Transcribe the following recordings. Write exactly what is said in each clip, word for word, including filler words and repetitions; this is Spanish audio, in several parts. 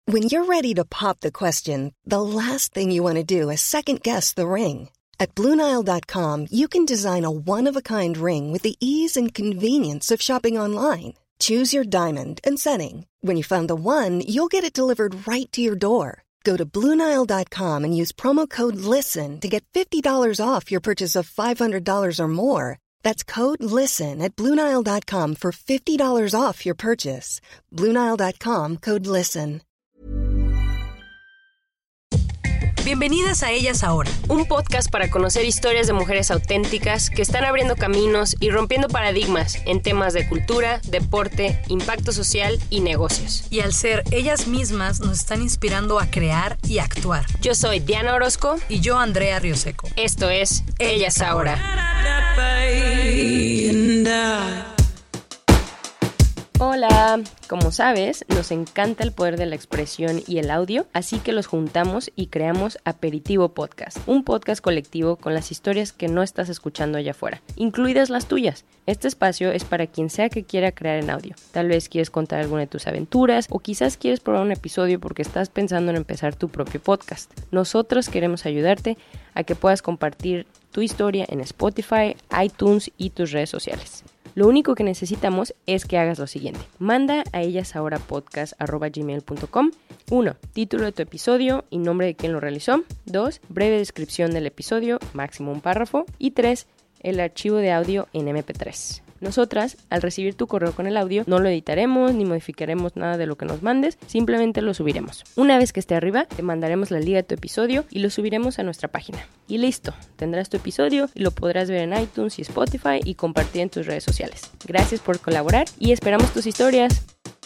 When you're ready to pop the question, the last thing you want to do is second-guess the ring. At Blue Nile dot com, you can design a one-of-a-kind ring with the ease and convenience of shopping online. Choose your diamond and setting. When you find the one, you'll get it delivered right to your door. Go to Blue Nile dot com and use promo code LISTEN to get fifty dollars off your purchase of five hundred dollars or more. That's code LISTEN at Blue Nile dot com for fifty dollars off your purchase. Blue Nile dot com, code LISTEN. Bienvenidas a Ellas Ahora, un podcast para conocer historias de mujeres auténticas que están abriendo caminos y rompiendo paradigmas en temas de cultura, deporte, impacto social y negocios. Y al ser ellas mismas nos están inspirando a crear y actuar. Yo soy Diana Orozco y yo Andrea Rioseco. Esto es Ellas, Ellas Ahora. Hola, como sabes, nos encanta el poder de la expresión y el audio, así que los juntamos y creamos Aperitivo Podcast, un podcast colectivo con las historias que no estás escuchando allá afuera, incluidas las tuyas. Este espacio es para quien sea que quiera crear en audio. Tal vez quieres contar alguna de tus aventuras o quizás quieres probar un episodio porque estás pensando en empezar tu propio podcast. Nosotros queremos ayudarte a que puedas compartir tu historia en Spotify, iTunes y tus redes sociales. Lo único que necesitamos es que hagas lo siguiente. Manda a ellasahorapodcast arroba gmail punto com. uno. Título de tu episodio y nombre de quien lo realizó. dos. Breve descripción del episodio, máximo un párrafo. Y tres. El archivo de audio en eme pe tres. Nosotras, al recibir tu correo con el audio, no lo editaremos ni modificaremos nada de lo que nos mandes, simplemente lo subiremos. Una vez que esté arriba, te mandaremos la liga de tu episodio y lo subiremos a nuestra página. Y listo, tendrás tu episodio y lo podrás ver en iTunes y Spotify y compartir en tus redes sociales. Gracias por colaborar y esperamos tus historias.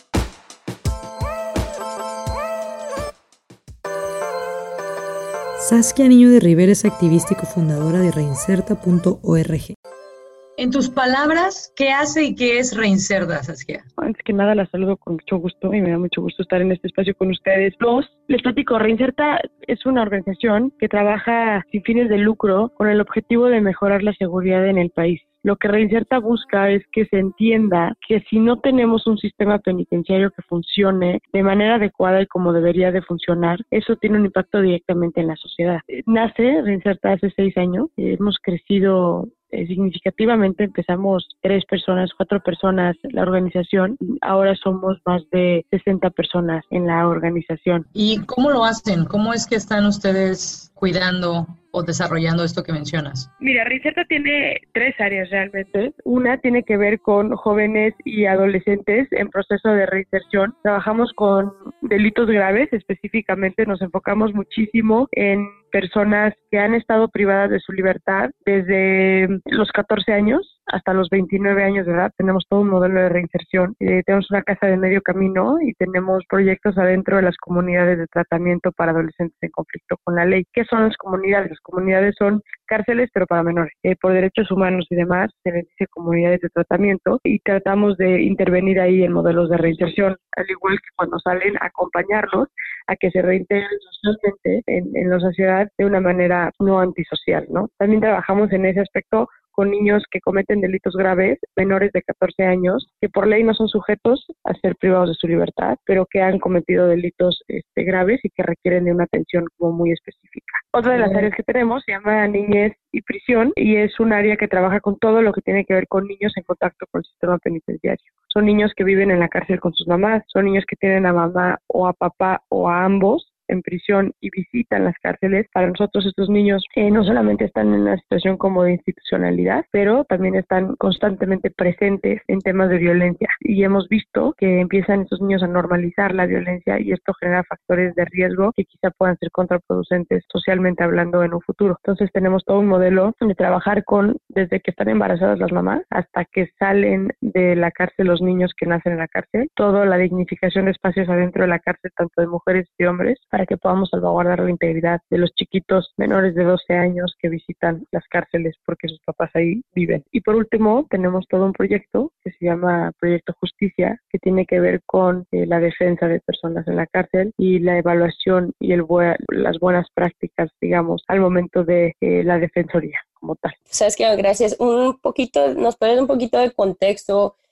Saskia Niño de Rivera es activista y cofundadora de reinserta punto org. En tus palabras, ¿qué hace y qué es Reinserta, Saskia? Antes que nada, la saludo con mucho gusto y me da mucho gusto estar en este espacio con ustedes. Dos, les platico, Reinserta es una organización que trabaja sin fines de lucro con el objetivo de mejorar la seguridad en el país. Lo que Reinserta busca es que se entienda que si no tenemos un sistema penitenciario que funcione de manera adecuada y como debería de funcionar, eso tiene un impacto directamente en la sociedad. Nace Reinserta hace seis años, hemos crecido eh, significativamente, empezamos tres personas, cuatro personas la organización, ahora somos más de sesenta personas en la organización. ¿Y cómo lo hacen? ¿Cómo es que están ustedes cuidando o desarrollando esto que mencionas? Mira, Reinserta tiene tres áreas realmente. Una tiene que ver con jóvenes y adolescentes en proceso de reinserción. Trabajamos con delitos graves, específicamente nos enfocamos muchísimo en personas que han estado privadas de su libertad desde los catorce años hasta los veintinueve años de edad. Tenemos todo un modelo de reinserción. Eh, tenemos una casa de medio camino y tenemos proyectos adentro de las comunidades de tratamiento para adolescentes en conflicto con la ley. ¿Qué son las comunidades? Las comunidades son cárceles, pero para menores. Eh, por derechos humanos y demás, se les dice comunidades de tratamiento y tratamos de intervenir ahí en modelos de reinserción, al igual que cuando salen, acompañarlos a que se reintegren socialmente en, en la sociedad de una manera no antisocial, ¿no? También trabajamos en ese aspecto con niños que cometen delitos graves, menores de catorce años, que por ley no son sujetos a ser privados de su libertad, pero que han cometido delitos este, graves y que requieren de una atención como muy específica. Otra de las áreas que tenemos se llama Niñez y Prisión y es un área que trabaja con todo lo que tiene que ver con niños en contacto con el sistema penitenciario. Son niños que viven en la cárcel con sus mamás, son niños que tienen a mamá o a papá o a ambos en prisión y visitan las cárceles. Para nosotros estos niños eh, no solamente están en una situación como de institucionalidad, pero también están constantemente presentes en temas de violencia y hemos visto que empiezan estos niños a normalizar la violencia y esto genera factores de riesgo que quizá puedan ser contraproducentes socialmente hablando en un futuro. Entonces tenemos todo un modelo de trabajar con desde que están embarazadas las mamás hasta que salen de la cárcel los niños que nacen en la cárcel, toda la dignificación de espacios adentro de la cárcel tanto de mujeres y hombres para que podamos salvaguardar la integridad de los chiquitos menores de doce años que visitan las cárceles porque sus papás ahí viven. Y por último, tenemos todo un proyecto que se llama Proyecto Justicia, que tiene que ver con eh, la defensa de personas en la cárcel y la evaluación y el bu- las buenas prácticas, digamos, al momento de eh, la defensoría como tal. Sabes que gracias. Un poquito, nos puedes dar un poquito de contexto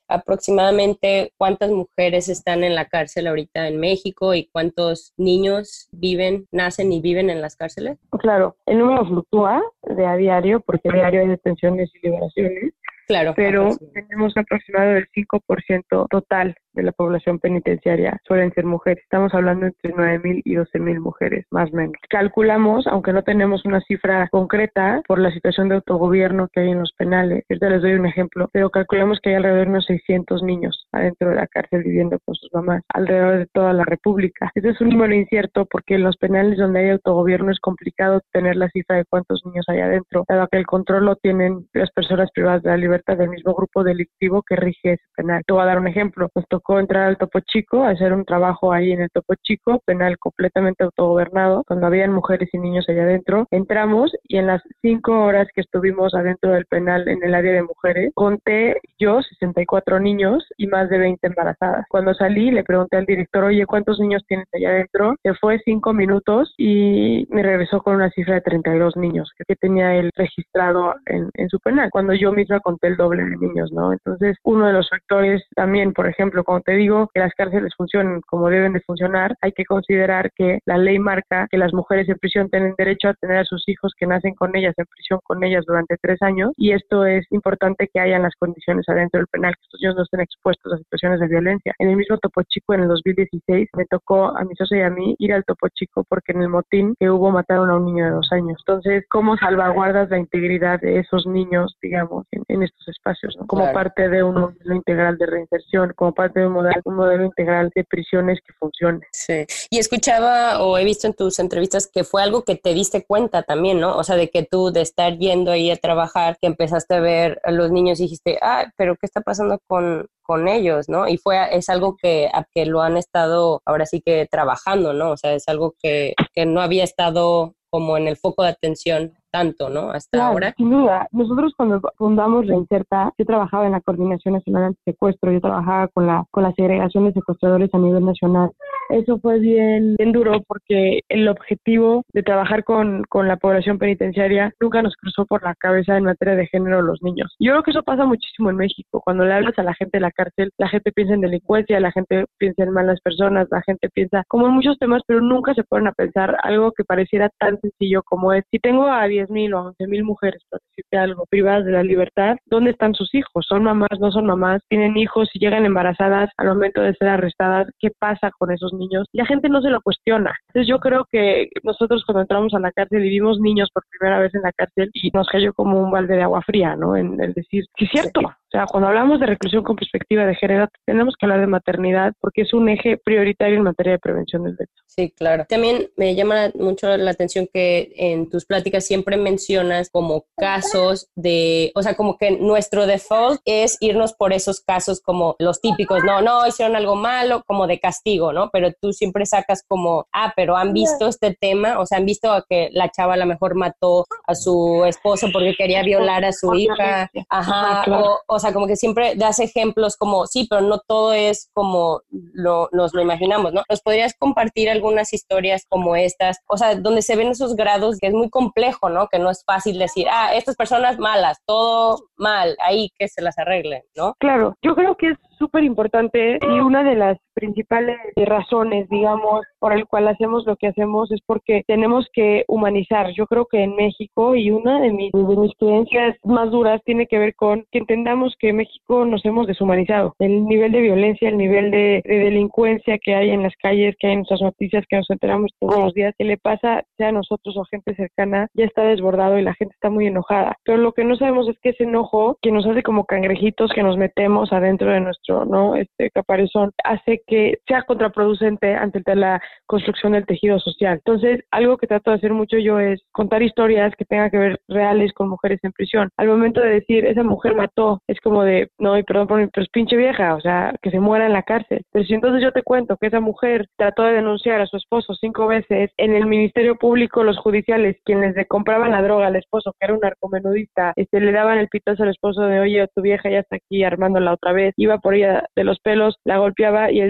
aproximadamente cuántas mujeres están en la cárcel ahorita en México y cuántos niños viven, nacen y viven en las cárceles? Claro, el número fluctúa de a diario porque a diario hay detenciones y liberaciones. Claro, pero tenemos un aproximado del cinco por ciento total de la población penitenciaria suelen ser mujeres. Estamos hablando entre nueve mil y doce mil mujeres, más o menos. Calculamos, aunque no tenemos una cifra concreta por la situación de autogobierno que hay en los penales, ahorita les doy un ejemplo, pero calculamos que hay alrededor de unos seiscientos niños adentro de la cárcel viviendo con sus mamás, alrededor de toda la república. Este es un número incierto porque en los penales donde hay autogobierno es complicado tener la cifra de cuántos niños hay adentro, dado que el control lo tienen las personas privadas de la libertad del mismo grupo delictivo que rige ese penal. Te voy a dar un ejemplo. Nos tocó entrar al Topo Chico, hacer un trabajo ahí en el Topo Chico, penal completamente autogobernado, cuando habían mujeres y niños allá adentro. Entramos y en las cinco horas que estuvimos adentro del penal en el área de mujeres, conté yo sesenta y cuatro niños y más de veinte embarazadas. Cuando salí le pregunté al director, oye, ¿cuántos niños tienes allá adentro? Se fue cinco minutos y me regresó con una cifra de treinta y dos niños que tenía él registrado en, en su penal, cuando yo misma conté el doble de niños, ¿no? Entonces, uno de los factores también, por ejemplo, cuando te digo que las cárceles funcionen como deben de funcionar, hay que considerar que la ley marca que las mujeres en prisión tienen derecho a tener a sus hijos que nacen con ellas en prisión con ellas durante tres años, y esto es importante que hayan las condiciones adentro del penal, que estos niños no estén expuestos a situaciones de violencia. En el mismo Topo Chico, en el dos mil dieciséis, me tocó a mi socia y a mí ir al Topo Chico porque en el motín que hubo mataron a un niño de dos años. Entonces, ¿cómo salvaguardas la integridad de esos niños, digamos, en, en estos espacios, ¿no? Como claro. parte de un modelo integral de reinserción, como parte de un modelo, un modelo integral de prisiones que funcione. Sí, y escuchaba o he visto en tus entrevistas que fue algo que te diste cuenta también, ¿no? O sea, de que tú de estar yendo ahí a trabajar, que empezaste a ver a los niños y dijiste, ah, pero ¿qué está pasando con, con ellos, no? Y fue, es algo que, a que lo han estado ahora sí que trabajando, ¿no? O sea, es algo que, que no había estado como en el foco de atención tanto, ¿no? Hasta claro, ahora. Sin duda. Nosotros cuando fundamos Reinserta, yo trabajaba en la Coordinación Nacional Antisecuestro, yo trabajaba con la con la segregación de secuestradores a nivel nacional. Eso fue bien, bien duro porque el objetivo de trabajar con, con la población penitenciaria nunca nos cruzó por la cabeza en materia de género los niños. Yo creo que eso pasa muchísimo en México. Cuando le hablas a la gente de la cárcel, la gente piensa en delincuencia, la gente piensa en malas personas, la gente piensa como en muchos temas, pero nunca se ponen a pensar algo que pareciera tan sencillo como es, si tengo a diez mil o once mil mujeres, para decirte algo, privadas de la libertad, ¿dónde están sus hijos? ¿Son mamás? ¿No son mamás? ¿Tienen hijos? Si llegan embarazadas al momento de ser arrestadas, ¿qué pasa con esos niños? Y la gente no se lo cuestiona. Entonces yo creo que nosotros cuando entramos a la cárcel y vimos niños por primera vez en la cárcel y nos cayó como un balde de agua fría, ¿no? En el decir, sí es cierto. O sea, cuando hablamos de reclusión con perspectiva de género, tenemos que hablar de maternidad porque es un eje prioritario en materia de prevención del delito. Sí, claro. También me llama mucho la atención que en tus pláticas siempre mencionas como casos de, o sea, como que nuestro default es irnos por esos casos como los típicos, no, no, hicieron algo malo, como de castigo, ¿no? Pero tú siempre sacas como, ah, pero han visto este tema, o sea, han visto que la chava a lo mejor mató a su esposo porque quería violar a su hija, ajá, o, o O sea, como que siempre das ejemplos como, sí, pero no todo es como lo, nos lo imaginamos, ¿no? ¿Nos podrías compartir algunas historias como estas? O sea, donde se ven esos grados que es muy complejo, ¿no? Que no es fácil decir, ah, estas personas malas, todo mal, ahí que se las arreglen, ¿no? Claro, yo creo que es súper importante y una de las principales razones, digamos, por el cual hacemos lo que hacemos es porque tenemos que humanizar. Yo creo que en México, y una de mis, de mis creencias más duras tiene que ver con que entendamos que en México nos hemos deshumanizado. El nivel de violencia, el nivel de, de delincuencia que hay en las calles, que hay en nuestras noticias, que nos enteramos todos los días, que le pasa, sea a nosotros o a gente cercana, ya está desbordado y la gente está muy enojada. Pero lo que no sabemos es que ese enojo que nos hace como cangrejitos que nos metemos adentro de nuestro, ¿no? Este caparazón, hace que sea contraproducente ante la construcción del tejido social. Entonces, algo que trato de hacer mucho yo es contar historias que tengan que ver reales con mujeres en prisión. Al momento de decir, esa mujer mató, es como de, no, y perdón, pero es pinche vieja, o sea, que se muera en la cárcel. Pero si entonces yo te cuento que esa mujer trató de denunciar a su esposo cinco veces, en el Ministerio Público, los judiciales, quienes le compraban la droga al esposo, que era un narcomenudista, este, le daban el pitazo al esposo de, oye, tu vieja ya está aquí armándola otra vez, iba por ella de los pelos, la golpeaba y el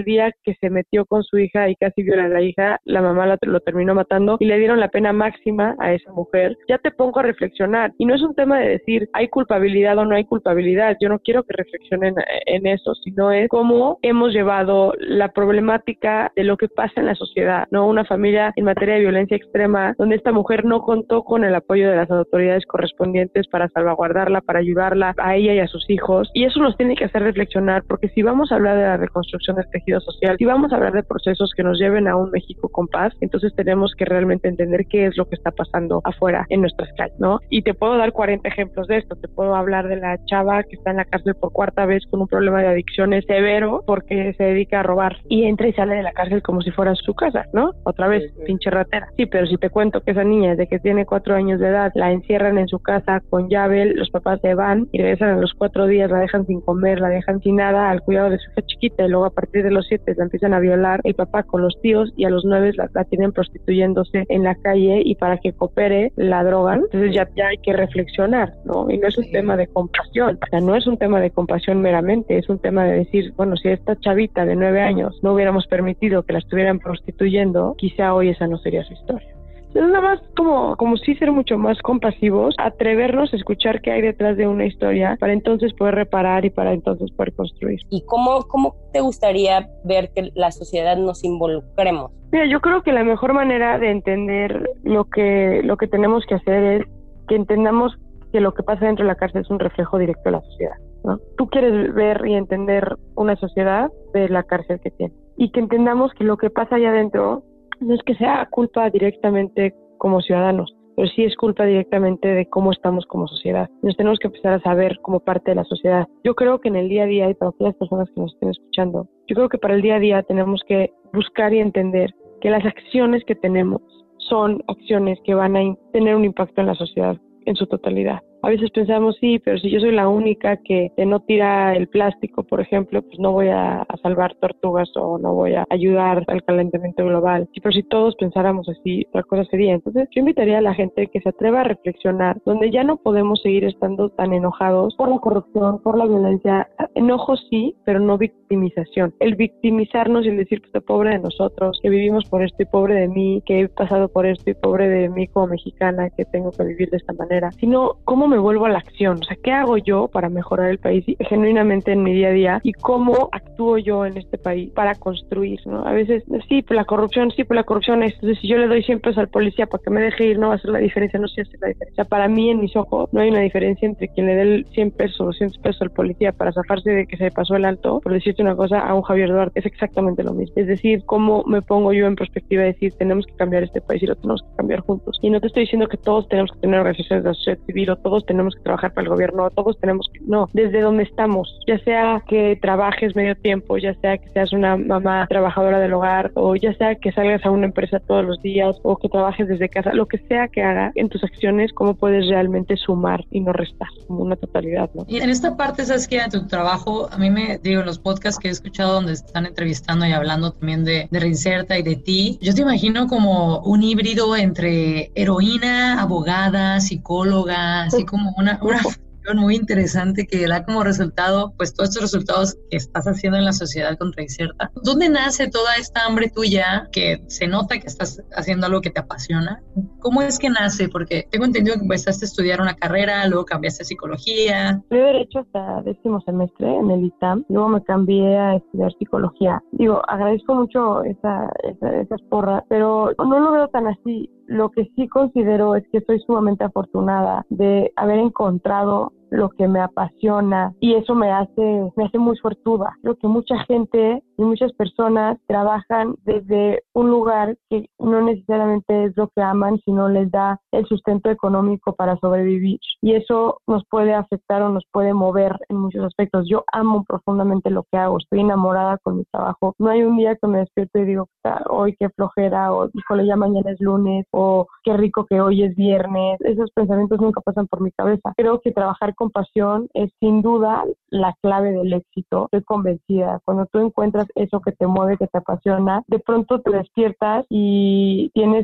día que se metió con su hija y casi viola a la hija, la mamá la, lo terminó matando y le dieron la pena máxima a esa mujer. Ya te pongo a reflexionar. Y no es un tema de decir hay culpabilidad o no hay culpabilidad. Yo no quiero que reflexionen en eso, sino es cómo hemos llevado la problemática de lo que pasa en la sociedad, ¿no? Una familia en materia de violencia extrema, donde esta mujer no contó con el apoyo de las autoridades correspondientes para salvaguardarla, para ayudarla a ella y a sus hijos. Y eso nos tiene que hacer reflexionar, porque si vamos a hablar de la reconstrucción del tejido social, si vamos a hablar de procesos que nos lleven a un México con paz, entonces tenemos que realmente entender qué es lo que está pasando afuera en nuestras calles, ¿no? Y te puedo dar cuarenta ejemplos de esto. Te puedo hablar de la chava que está en la cárcel por cuarta vez con un problema de adicciones severo porque se dedica a robar y entra y sale de la cárcel como si fuera su casa, ¿no? Otra vez, sí, sí. Pinche ratera. Sí, pero si te cuento que esa niña desde que tiene cuatro años de edad la encierran en su casa con llave, los papás se van y regresan a los cuatro días, la dejan sin comer, la dejan sin nada al cuidado de su hija chiquita y luego a partir de los siete la empiezan a violar el papá con los tíos y a los nueve la, la tienen prostituyéndose en la calle y para que coopere la drogan. Entonces ya, ya hay que reflexionar, ¿no? Y no es un sí. tema de compasión, o sea, no es un tema de compasión meramente, es un tema de decir, bueno, si esta chavita de nueve años no hubiéramos permitido que la estuvieran prostituyendo, quizá hoy esa no sería su historia. Es nada más como, como sí ser mucho más compasivos, atrevernos a escuchar qué hay detrás de una historia para entonces poder reparar y para entonces poder construir. ¿Y cómo, cómo te gustaría ver que la sociedad nos involucremos? Mira, yo creo que la mejor manera de entender lo que, lo que tenemos que hacer es que entendamos que lo que pasa dentro de la cárcel es un reflejo directo de la sociedad, ¿no? Tú quieres ver y entender una sociedad de la cárcel que tiene y que entendamos que lo que pasa allá adentro no es que sea culpa directamente como ciudadanos, pero sí es culpa directamente de cómo estamos como sociedad. Nos tenemos que empezar a saber como parte de la sociedad. Yo creo que en el día a día, y para todas las personas que nos estén escuchando, yo creo que para el día a día tenemos que buscar y entender que las acciones que tenemos son acciones que van a tener un impacto en la sociedad en su totalidad. A veces pensamos, sí, pero si yo soy la única que no tira el plástico, por ejemplo, pues no voy a, a salvar tortugas o no voy a ayudar al calentamiento global. Sí, pero si todos pensáramos así, otra cosa sería. Entonces, yo invitaría a la gente que se atreva a reflexionar, donde ya no podemos seguir estando tan enojados por la corrupción, por la violencia. Enojo sí, pero no victimización. El victimizarnos y el decir que estoy pobre de nosotros, que vivimos por esto y pobre de mí, que he pasado por esto y pobre de mí como mexicana, que tengo que vivir de esta manera, sino cómo me vuelvo a la acción, o sea, ¿qué hago yo para mejorar el país genuinamente en mi día a día y cómo actúo yo en este país para construir, ¿no? A veces, sí, por la corrupción, sí, por la corrupción es, entonces si yo le doy cien pesos al policía para que me deje ir, no va a hacer la diferencia, no sé hacer la diferencia. Para mí, en mis ojos, no hay una diferencia entre quien le dé cien pesos o doscientos pesos al policía para zafarse de que se pasó el alto, por decirte una cosa, a un Javier Duarte, es exactamente lo mismo. Es decir, cómo me pongo yo en perspectiva de decir, tenemos que cambiar este país y lo tenemos que cambiar juntos. Y no te estoy diciendo que todos tenemos que tener organizaciones de la sociedad civil o todos tenemos que trabajar para el gobierno, todos tenemos que, no, desde donde estamos, ya sea que trabajes medio tiempo, ya sea que seas una mamá trabajadora del hogar, o ya sea que salgas a una empresa todos los días, o que trabajes desde casa, lo que sea que haga en tus acciones, cómo puedes realmente sumar y no restar, como una totalidad, ¿no? Y en esta parte, ¿sabes qué? En tu trabajo, a mí me, digo, en los podcasts que he escuchado donde están entrevistando y hablando también de, de Reinserta y de ti, yo te imagino como un híbrido entre heroína, abogada, psicóloga, así como una, una muy interesante que da como resultado pues todos estos resultados que estás haciendo en la sociedad con Reinserta. ¿Dónde nace toda esta hambre tuya que se nota que estás haciendo algo que te apasiona? ¿Cómo es que nace? Porque tengo entendido que empezaste a estudiar una carrera, luego cambiaste a psicología. Yo derecho hasta décimo semestre en el I T A M, luego me cambié a estudiar psicología. Digo, agradezco mucho esa, esa, esas porras, pero no lo veo tan así. Lo que sí considero es que soy sumamente afortunada de haber encontrado lo que me apasiona y eso me hace me hace muy suertuda. Creo que mucha gente y muchas personas trabajan desde un lugar que no necesariamente es lo que aman, sino les da el sustento económico para sobrevivir y eso nos puede afectar o nos puede mover en muchos aspectos. Yo amo profundamente lo que hago, estoy enamorada con mi trabajo. No hay un día que me despierto y digo, hoy qué flojera, o híjole, ya mañana es lunes, o qué rico que hoy es viernes. Esos pensamientos nunca pasan por mi cabeza. Creo que trabajar con pasión es sin duda la clave del éxito. Estoy convencida. Cuando tú encuentras eso que te mueve, que te apasiona, de pronto te despiertas y tienes a,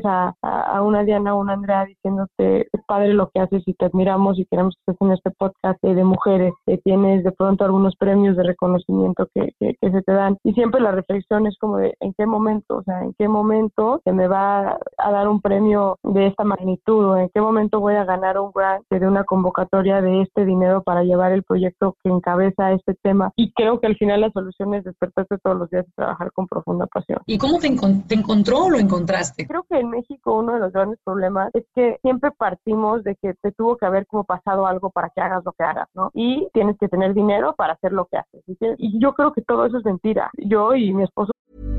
a, a una Diana o una Andrea diciéndote, es padre lo que haces y te admiramos y queremos que estés en este podcast eh, de mujeres, que tienes de pronto algunos premios de reconocimiento que, que, que se te dan. Y siempre la reflexión es como de, ¿en qué momento? O sea, ¿en qué momento se me va a dar un premio de esta magnitud? ¿O en qué momento voy a ganar un grant de una convocatoria de este dinero para llevar el proyecto que encabeza este tema? Y creo que al final la solución es despertarte todos los días y trabajar con profunda pasión. ¿Y cómo te, encon- te encontró o lo encontraste? Creo que en México uno de los grandes problemas es que siempre partimos de que te tuvo que haber como pasado algo para que hagas lo que hagas, ¿no? Y tienes que tener dinero para hacer lo que haces. Y, tienes, y yo creo que todo eso es mentira. Yo y mi esposo.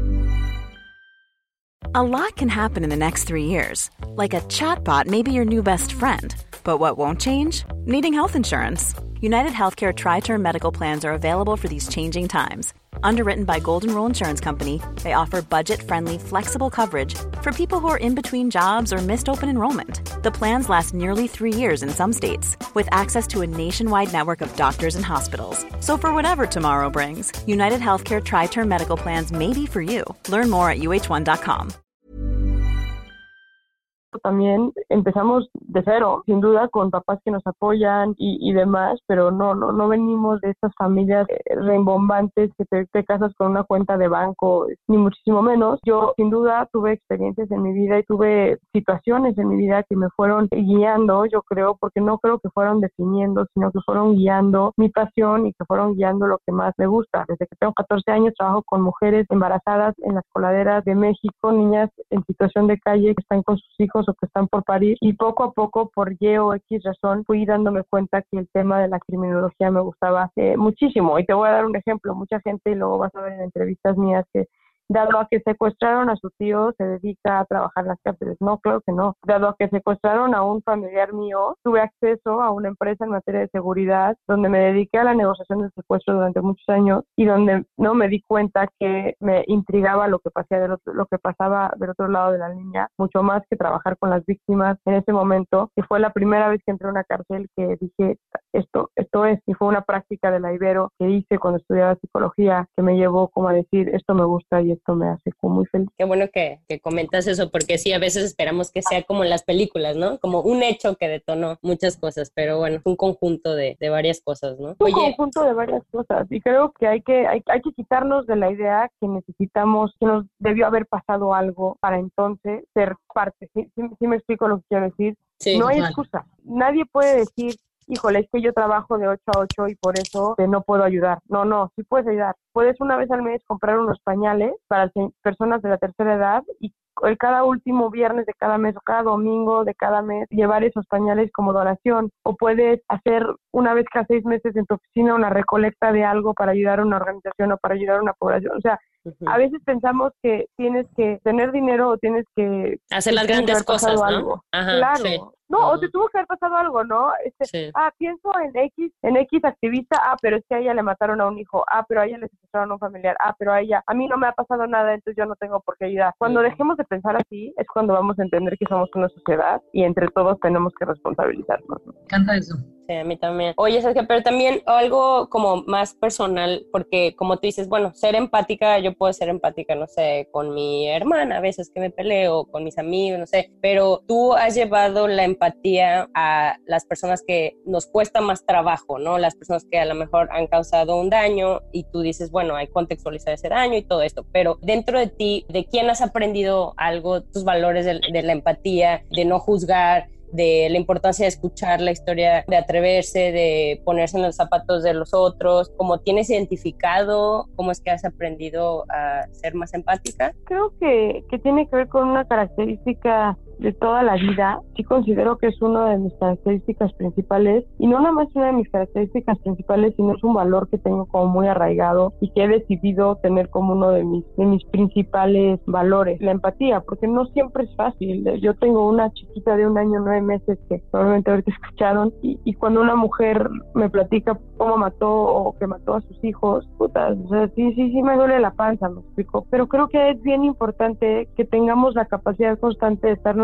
A lot can happen in the next three years. Like a chatbot may be your new best friend. But what won't change? Needing health insurance. United Healthcare Tri-Term Medical Plans are available for these changing times. Underwritten by Golden Rule Insurance Company, they offer budget-friendly, flexible coverage for people who are in between jobs or missed open enrollment. The plans last nearly three years in some states, with access to a nationwide network of doctors and hospitals. So for whatever tomorrow brings, United Healthcare Tri-Term Medical Plans may be for you. Learn more at U H one dot com. También empezamos de cero, sin duda, con papás que nos apoyan y, y demás, pero no, no, no venimos de estas familias rimbombantes que te, te casas con una cuenta de banco, ni muchísimo menos. Yo, sin duda, tuve experiencias en mi vida y tuve situaciones en mi vida que me fueron guiando, yo creo, porque no creo que fueron definiendo, sino que fueron guiando mi pasión y que fueron guiando lo que más me gusta. Desde que tengo catorce años trabajo con mujeres embarazadas en las coladeras de México, niñas en situación de calle que están con sus hijos o que están por parir, y poco a poco, por Y o X razón, fui dándome cuenta que el tema de la criminología me gustaba eh, muchísimo. Y te voy a dar un ejemplo. Mucha gente, y luego vas a ver en entrevistas mías, que dado a que secuestraron a su tío, se dedica a trabajar en las cárceles. No, claro que no. Dado a que secuestraron a un familiar mío, tuve acceso a una empresa en materia de seguridad donde me dediqué a la negociación del secuestro durante muchos años y donde no me di cuenta que me intrigaba lo que pasaba del otro, lo que pasaba del otro lado de la línea, mucho más que trabajar con las víctimas en ese momento. Y fue la primera vez que entré a una cárcel que dije, esto, esto es. Y fue una práctica de la Ibero que hice cuando estudiaba psicología que me llevó como a decir, esto me gusta y esto me hace como muy feliz. Qué bueno que, que comentas eso, porque sí, a veces esperamos que sea como en las películas, ¿no? Como un hecho que detonó muchas cosas, pero bueno, un conjunto de, de varias cosas, ¿no? Un Oye, conjunto de varias cosas, y creo que hay que hay, hay que quitarnos de la idea que necesitamos, que nos debió haber pasado algo para entonces ser parte. ¿Sí, sí, sí me explico lo que quiero decir? Sí, no hay total. excusa. Nadie puede decir, híjole, es que yo trabajo de ocho a ocho y por eso eh, no puedo ayudar. No, no, sí puedes ayudar. Puedes una vez al mes comprar unos pañales para personas de la tercera edad y el cada último viernes de cada mes o cada domingo de cada mes llevar esos pañales como donación. O puedes hacer una vez cada seis meses en tu oficina una recolecta de algo para ayudar a una organización o para ayudar a una población. O sea, uh-huh. a veces pensamos que tienes que tener dinero o tienes que hacer las grandes cosas, ¿no? Algo. Ajá, claro. Sí. No, uh-huh. o te tuvo que haber pasado algo, ¿no? Este, sí. Ah, pienso en X, en X activista, ah, pero es que a ella le mataron a un hijo, ah, pero a ella le secuestraron a un familiar, ah, pero a ella, a mí no me ha pasado nada, entonces yo no tengo por qué ayudar. Cuando uh-huh. dejemos de pensar así, es cuando vamos a entender que somos una sociedad y entre todos tenemos que responsabilizarnos. Me encanta eso. Sí, a mí también. Oye, Saskia, pero también algo como más personal, porque como tú dices, bueno, ser empática, yo puedo ser empática, no sé, con mi hermana a veces que me peleo, con mis amigos, no sé, pero tú has llevado la empatía a las personas que nos cuesta más trabajo, ¿no? Las personas que a lo mejor han causado un daño y tú dices, bueno, hay que contextualizar ese daño y todo esto, pero dentro de ti, ¿de quién has aprendido algo, tus valores de, de la empatía, de no juzgar, de la importancia de escuchar la historia, de atreverse, de ponerse en los zapatos de los otros? ¿Cómo tienes identificado? ¿Cómo es que has aprendido a ser más empática? Creo que, que tiene que ver con una característica de toda la vida. Sí considero que es una de mis características principales, y no nada más una de mis características principales, sino es un valor que tengo como muy arraigado y que he decidido tener como uno de mis, de mis principales valores, la empatía, porque no siempre es fácil. Yo tengo una chiquita de un año, nueve meses, que probablemente ahorita escucharon, y, y cuando una mujer me platica cómo mató o que mató a sus hijos, puta, o sea, sí, sí, sí me duele la panza, me explico, pero creo que es bien importante que tengamos la capacidad constante de estarnos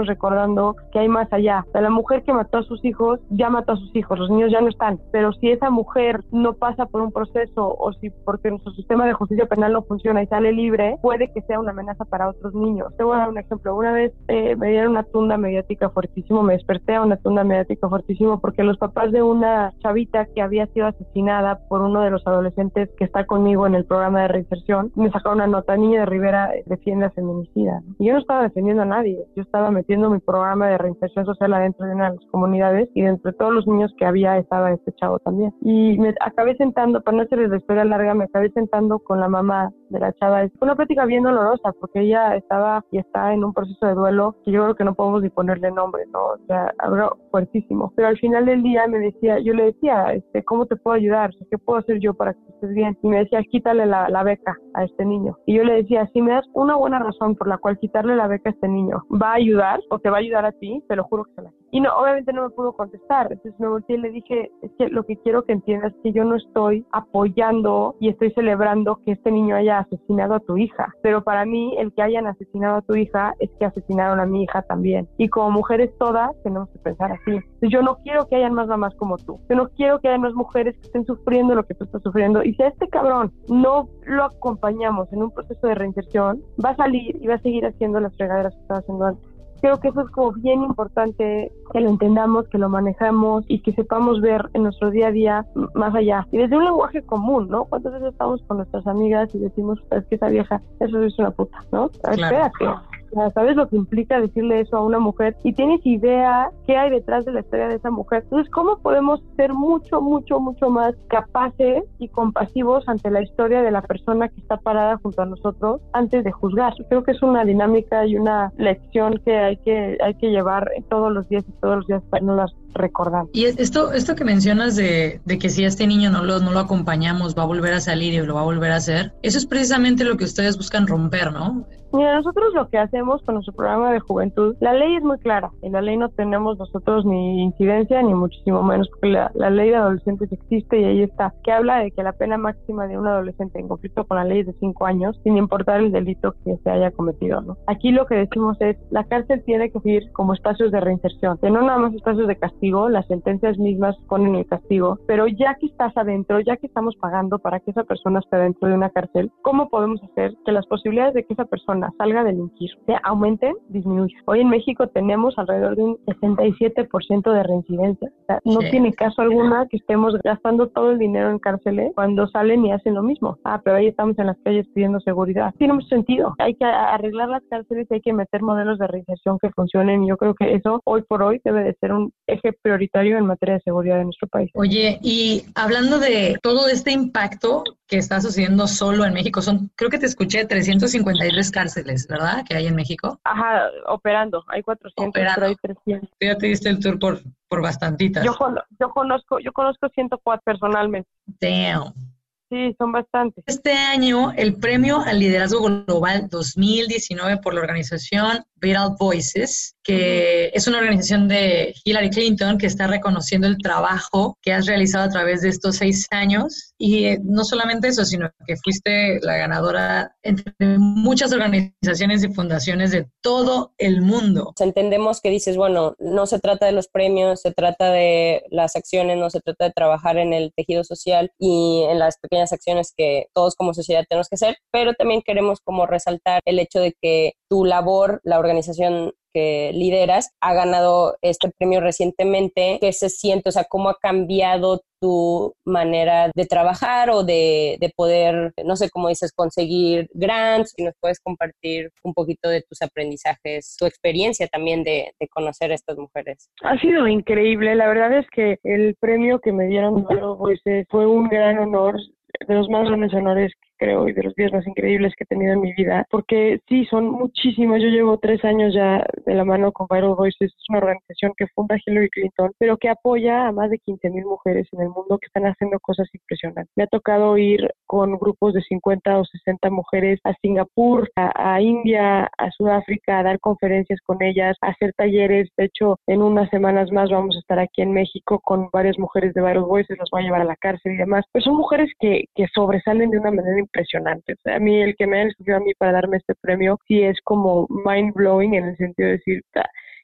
seguirnos recordando que hay más allá. O sea, la mujer que mató a sus hijos, ya mató a sus hijos, los niños ya no están, pero si esa mujer no pasa por un proceso o si porque nuestro sistema de justicia penal no funciona y sale libre, puede que sea una amenaza para otros niños. Te voy a dar un ejemplo. Una vez eh, me dieron una tunda mediática fuertísimo, me desperté a una tunda mediática fuertísimo porque los papás de una chavita que había sido asesinada por uno de los adolescentes que está conmigo en el programa de reinserción, me sacaron una nota: Niña de Rivera defiende a feminicida. Y yo no estaba defendiendo a nadie, yo estaba metiendo mi programa de reinserción social adentro de una de las comunidades y de entre todos los niños que había estaba este chavo también. Y me acabé sentando, para no hacerles la historia larga, me acabé sentando con la mamá de la chava. Fue una plática bien dolorosa porque ella estaba y está en un proceso de duelo que yo creo que no podemos ni ponerle nombre, ¿no? O sea, algo fuertísimo. Pero al final del día me decía, yo le decía, este, ¿cómo te puedo ayudar? O sea, ¿qué puedo hacer yo para que estés bien? Y me decía, quítale la, la beca a este niño. Y yo le decía, si me das una buena razón por la cual quitarle la beca a este niño va a ayudar o te va a ayudar a ti, te lo juro que se la quito. Y no, obviamente no me pudo contestar. Entonces me volteé y le dije, es que lo que quiero que entiendas es que yo no estoy apoyando y estoy celebrando que este niño haya asesinado a tu hija. Pero para mí, el que hayan asesinado a tu hija es que asesinaron a mi hija también. Y como mujeres todas tenemos que pensar así. Entonces yo no quiero que hayan más mamás como tú. Yo no quiero que hayan más mujeres que estén sufriendo lo que tú estás sufriendo. Y si a este cabrón no lo acompañamos en un proceso de reinserción, va a salir y va a seguir haciendo las fregaderas que estaba haciendo antes. Creo que eso es como bien importante que lo entendamos, que lo manejamos y que sepamos ver en nuestro día a día más allá. Y desde un lenguaje común, ¿no? ¿Cuántas veces estamos con nuestras amigas y decimos, es que esa vieja, eso es una puta, ¿no? Claro. Espérate. ¿Sabes lo que implica decirle eso a una mujer? Y tienes idea qué hay detrás de la historia de esa mujer. Entonces, ¿cómo podemos ser mucho, mucho, mucho más capaces y compasivos ante la historia de la persona que está parada junto a nosotros antes de juzgar? Creo que es una dinámica y una lección que hay que, hay que llevar todos los días y todos los días para no las recordar. Y esto, esto que mencionas de, de que si a este niño no lo, no lo acompañamos, va a volver a salir y lo va a volver a hacer, eso es precisamente lo que ustedes buscan romper, ¿no? Mira, nosotros lo que hacemos con nuestro programa de juventud, la ley es muy clara. En la ley no tenemos nosotros ni incidencia, ni muchísimo menos, porque la, la ley de adolescentes existe y ahí está, que habla de que la pena máxima de un adolescente en conflicto con la ley es de cinco años, sin importar el delito que se haya cometido, ¿no? Aquí lo que decimos es, la cárcel tiene que ser como espacios de reinserción, que no nada más espacios de castigo, las sentencias mismas ponen el castigo, pero ya que estás adentro, ya que estamos pagando para que esa persona esté dentro de una cárcel, ¿cómo podemos hacer que las posibilidades de que esa persona salga a delinquir se aumenten, disminuyan? Hoy en México tenemos alrededor de un sesenta y siete por ciento de reincidencia. O sea, no sí. tiene caso alguna que estemos gastando todo el dinero en cárceles cuando salen y hacen lo mismo. Ah, pero ahí estamos en las calles pidiendo seguridad. Tiene mucho sentido. Hay que arreglar las cárceles y hay que meter modelos de reinserción que funcionen. Y yo creo que eso hoy por hoy debe de ser un eje prioritario en materia de seguridad en nuestro país. Oye, y hablando de todo este impacto que está sucediendo solo en México, son, creo que te escuché, trescientas cincuenta y tres cárceles, ¿verdad? Que hay en México. Ajá, operando. Hay cuatrocientos, operando. Pero hay trescientos. Tú ya te diste el tour por, por bastantitas. Yo, yo conozco, yo conozco ciento cuatro personalmente. Damn. Sí, son bastantes. Este año, el Premio al Liderazgo Global dos mil diecinueve por la organización Vital Voices, que es una organización de Hillary Clinton que está reconociendo el trabajo que has realizado a través de estos seis años. Y eh, no solamente eso, sino que fuiste la ganadora entre muchas organizaciones y fundaciones de todo el mundo. Entendemos que dices, bueno, no se trata de los premios, se trata de las acciones, no se trata de trabajar en el tejido social y en las pequeñas acciones que todos como sociedad tenemos que hacer, pero también queremos como resaltar el hecho de que tu labor, la organización que lideras, ha ganado este premio recientemente. ¿Qué se siente? O sea, ¿cómo ha cambiado tu manera de trabajar o de, de poder, no sé cómo dices, conseguir grants? Y nos puedes compartir un poquito de tus aprendizajes, tu experiencia también de, de conocer a estas mujeres. Ha sido increíble. La verdad es que el premio que me dieron pues, fue un gran honor, de los más grandes honores creo y de los días más increíbles que he tenido en mi vida, porque sí, son muchísimos. Yo llevo tres años ya de la mano con Vital Voices. Es una organización que funda Hillary Clinton, pero que apoya a más de quince mil mujeres en el mundo que están haciendo cosas impresionantes. Me ha tocado ir con grupos de cincuenta o sesenta mujeres a Singapur, a, a India, a Sudáfrica, a dar conferencias con ellas, a hacer talleres. De hecho, en unas semanas más vamos a estar aquí en México con varias mujeres de Vital Voices, las voy a llevar a la cárcel y demás. Pero son mujeres que, que sobresalen de una manera impresionante. O sea, a mí, el que me han escogido a mí para darme este premio, sí es como mind-blowing en el sentido de decir,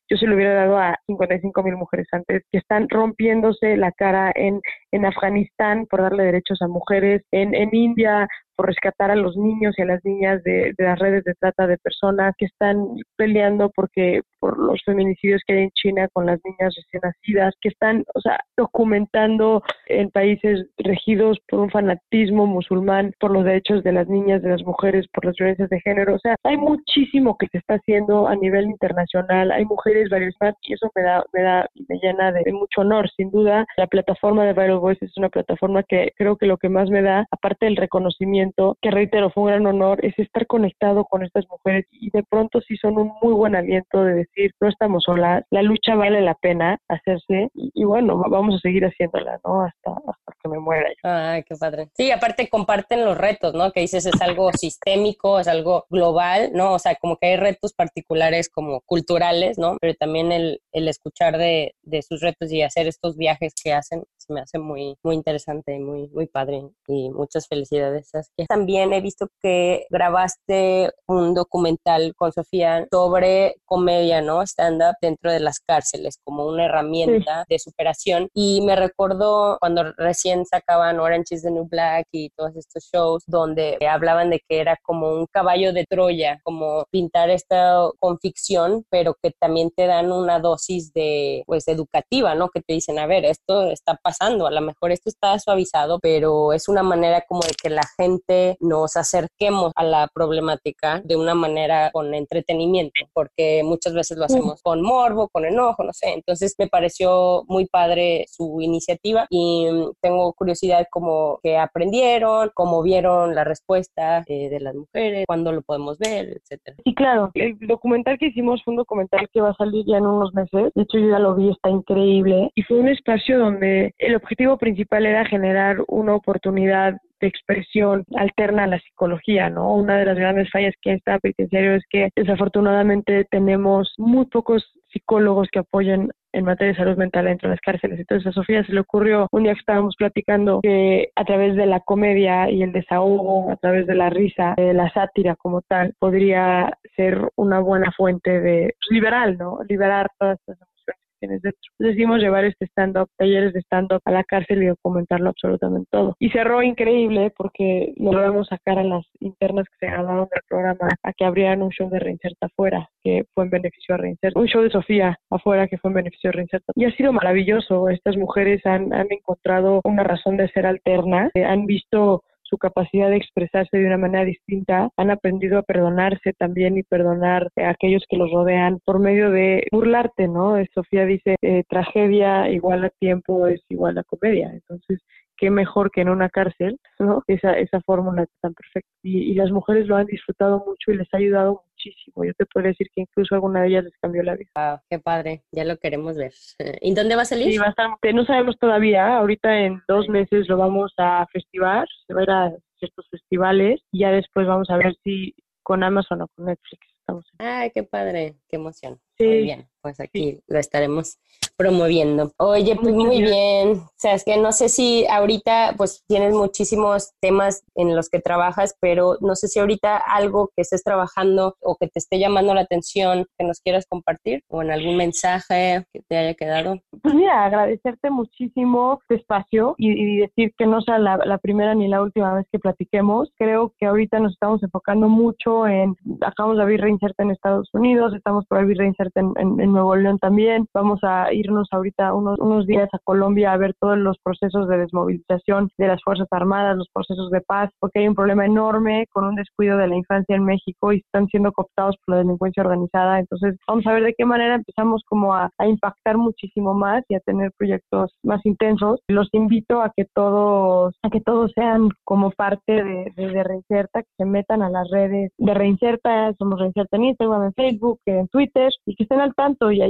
yo se lo hubiera dado a cincuenta y cinco mil mujeres antes, que están rompiéndose la cara en, en Afganistán por darle derechos a mujeres, en, en India por rescatar a los niños y a las niñas de, de las redes de trata de personas, que están peleando porque por los feminicidios que hay en China con las niñas recién nacidas, que están, o sea, documentando en países regidos por un fanatismo musulmán, por los derechos de las niñas, de las mujeres, por las violencias de género. O sea, hay muchísimo que se está haciendo a nivel internacional, hay mujeres varias más y eso me da, me da, me llena de, de mucho honor. Sin duda, la plataforma de Vital Voices es una plataforma que creo que lo que más me da, aparte del reconocimiento, que reitero, fue un gran honor, es estar conectado con estas mujeres y de pronto sí son un muy buen aliento de decir, no estamos solas, la lucha vale la pena hacerse y, y bueno, vamos a seguir haciéndola, ¿no? Hasta, hasta que me muera yo. Ay, qué padre. Sí, aparte comparten los retos, ¿no? Que dices, es algo sistémico, es algo global, ¿no? O sea, como que hay retos particulares como culturales, ¿no? Pero también el, el escuchar de, de sus retos y hacer estos viajes que hacen, se me hace muy, muy interesante, muy, muy padre y muchas felicidades. Saskia. También he visto que grabaste un documental con Sofía sobre comedia, ¿no? Stand-up dentro de las cárceles como una herramienta sí. de superación y me recordó cuando recién sacaban Orange is the New Black y todos estos shows donde hablaban de que era como un caballo de Troya, como pintar esto con ficción, pero que también te dan una dosis de, pues, educativa, ¿no? Que te dicen, a ver, esto está pasando, a lo mejor esto está suavizado, pero es una manera como de que la gente nos acerquemos a la problemática de una manera con entretenimiento, porque muchas veces lo hacemos con morbo, con enojo, no sé. Entonces me pareció muy padre su iniciativa y tengo curiosidad como que aprendieron, cómo vieron la respuesta eh, de las mujeres, cuándo lo podemos ver, etcétera. Sí, claro. El documental que hicimos fue un documental que va a salir ya en unos meses. De hecho, yo ya lo vi, está increíble. Y fue un espacio donde el objetivo principal era generar una oportunidad de expresión alterna a la psicología, ¿no? Una de las grandes fallas que está penitenciario es que desafortunadamente tenemos muy pocos psicólogos que apoyen en materia de salud mental dentro de las cárceles. Entonces a Sofía se le ocurrió, un día que estábamos platicando, que a través de la comedia y el desahogo, a través de la risa, de la sátira como tal, podría ser una buena fuente de pues, liberal, ¿no? Liberar todas estas emociones que tienes dentro. Entonces decidimos llevar este stand-up, talleres de stand-up a la cárcel y documentarlo absolutamente todo. Y cerró increíble porque logramos sacar a las internas que se graduaron del programa a que abrieran un show de Reinserta afuera, que fue en beneficio de Reinserta. Un show de Sofía afuera que fue en beneficio de Reinserta. Y ha sido maravilloso. Estas mujeres han, han encontrado una razón de ser alterna, eh, han visto su capacidad de expresarse de una manera distinta, han aprendido a perdonarse también y perdonar a aquellos que los rodean por medio de burlarte, ¿no? Sofía dice, eh, tragedia igual a tiempo es igual a comedia. Entonces, qué mejor que en una cárcel, ¿no? Esa, esa fórmula tan perfecta. Y, y las mujeres lo han disfrutado mucho y les ha ayudado muchísimo. Yo te podría decir que incluso alguna de ellas les cambió la vida. Wow, qué padre, ya lo queremos ver. ¿Y dónde va a salir? Sí, va a estar, no sabemos todavía, ahorita en dos meses lo vamos a festivar, se va a ir a ciertos festivales y ya después vamos a ver si con Amazon o con Netflix estamos. Ay, qué padre, qué emoción. Sí. Muy bien, pues aquí sí. Lo estaremos promoviendo. Oye, pues muy, muy bien. O sea, es que no sé si ahorita pues tienes muchísimos temas en los que trabajas, pero no sé si ahorita algo que estés trabajando o que te esté llamando la atención que nos quieras compartir o en algún mensaje que te haya quedado. Pues mira, agradecerte muchísimo este espacio y, y decir que no sea la, la primera ni la última vez que platiquemos. Creo que ahorita nos estamos enfocando mucho en, acabamos de abrir Reinserta en Estados Unidos, estamos por abrir Reinserta En, en, en Nuevo León también. Vamos a irnos ahorita unos, unos días a Colombia a ver todos los procesos de desmovilización de las Fuerzas Armadas, los procesos de paz, porque hay un problema enorme con un descuido de la infancia en México y están siendo cooptados por la delincuencia organizada. Entonces vamos a ver de qué manera empezamos como a, a impactar muchísimo más y a tener proyectos más intensos. Los invito a que todos a que todos sean como parte de, de, de Reinserta, que se metan a las redes de Reinserta. Somos Reinserta en Instagram, en Facebook, en Twitter y que estén al tanto y ahí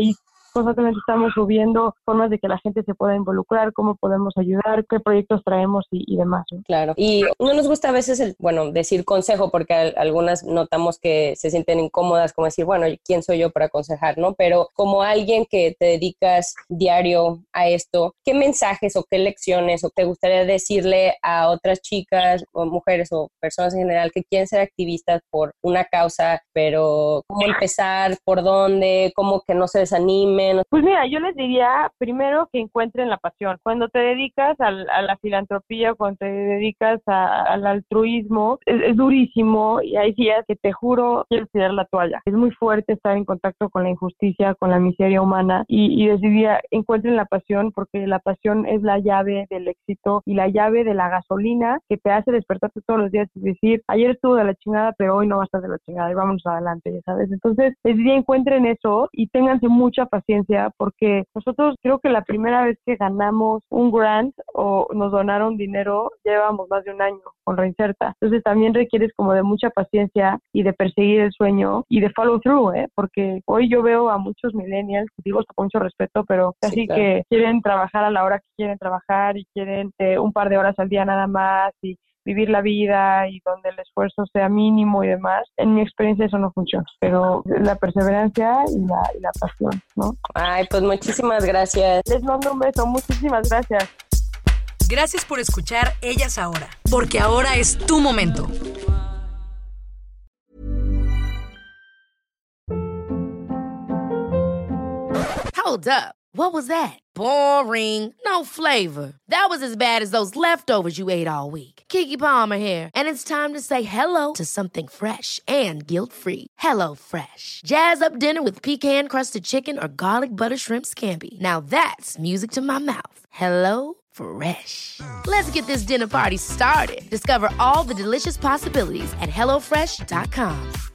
constantemente estamos subiendo formas de que la gente se pueda involucrar, cómo podemos ayudar, qué proyectos traemos y, y demás, ¿no? Claro. Y no nos gusta a veces, el, bueno, decir consejo, porque a, algunas notamos que se sienten incómodas, como decir, bueno, ¿quién soy yo para aconsejar, no? Pero como alguien que te dedicas diario a esto, ¿qué mensajes o qué lecciones o te gustaría decirle a otras chicas o mujeres o personas en general que quieren ser activistas por una causa, pero cómo empezar, por dónde, cómo que no se desanimen? Pues mira, yo les diría primero que encuentren la pasión. Cuando te dedicas a, a la filantropía, cuando te dedicas a, al altruismo, es, es durísimo y hay días que te juro quieres tirar la toalla. Es muy fuerte estar en contacto con la injusticia, con la miseria humana y, y les diría, encuentren la pasión porque la pasión es la llave del éxito y la llave de la gasolina que te hace despertarte todos los días y decir, ayer estuvo de la chingada, pero hoy no va a estar de la chingada y vámonos adelante, ya sabes. Entonces, les diría, encuentren eso y ténganse mucha paciencia porque nosotros creo que la primera vez que ganamos un grant o nos donaron dinero, llevamos más de un año con Reinserta. Entonces, también requieres como de mucha paciencia y de perseguir el sueño y de follow through, ¿eh? Porque hoy yo veo a muchos millennials, digo esto con mucho respeto, pero casi sí, claro, que quieren trabajar a la hora que quieren trabajar y quieren eh, un par de horas al día nada más y vivir la vida y donde el esfuerzo sea mínimo y demás. En mi experiencia eso no funciona, pero la perseverancia y la, y la pasión, ¿no? Ay, pues muchísimas gracias. Les mando un beso, muchísimas gracias. Gracias por escuchar Ellas Ahora, porque ahora es tu momento. Hold up. What was that? Boring. No flavor. That was as bad as those leftovers you ate all week. Keke Palmer here, and it's time to say hello to something fresh and guilt-free. Hello Fresh. Jazz up dinner with pecan-crusted chicken or garlic butter shrimp scampi. Now that's music to my mouth. Hello Fresh. Let's get this dinner party started. Discover all the delicious possibilities at hello fresh dot com.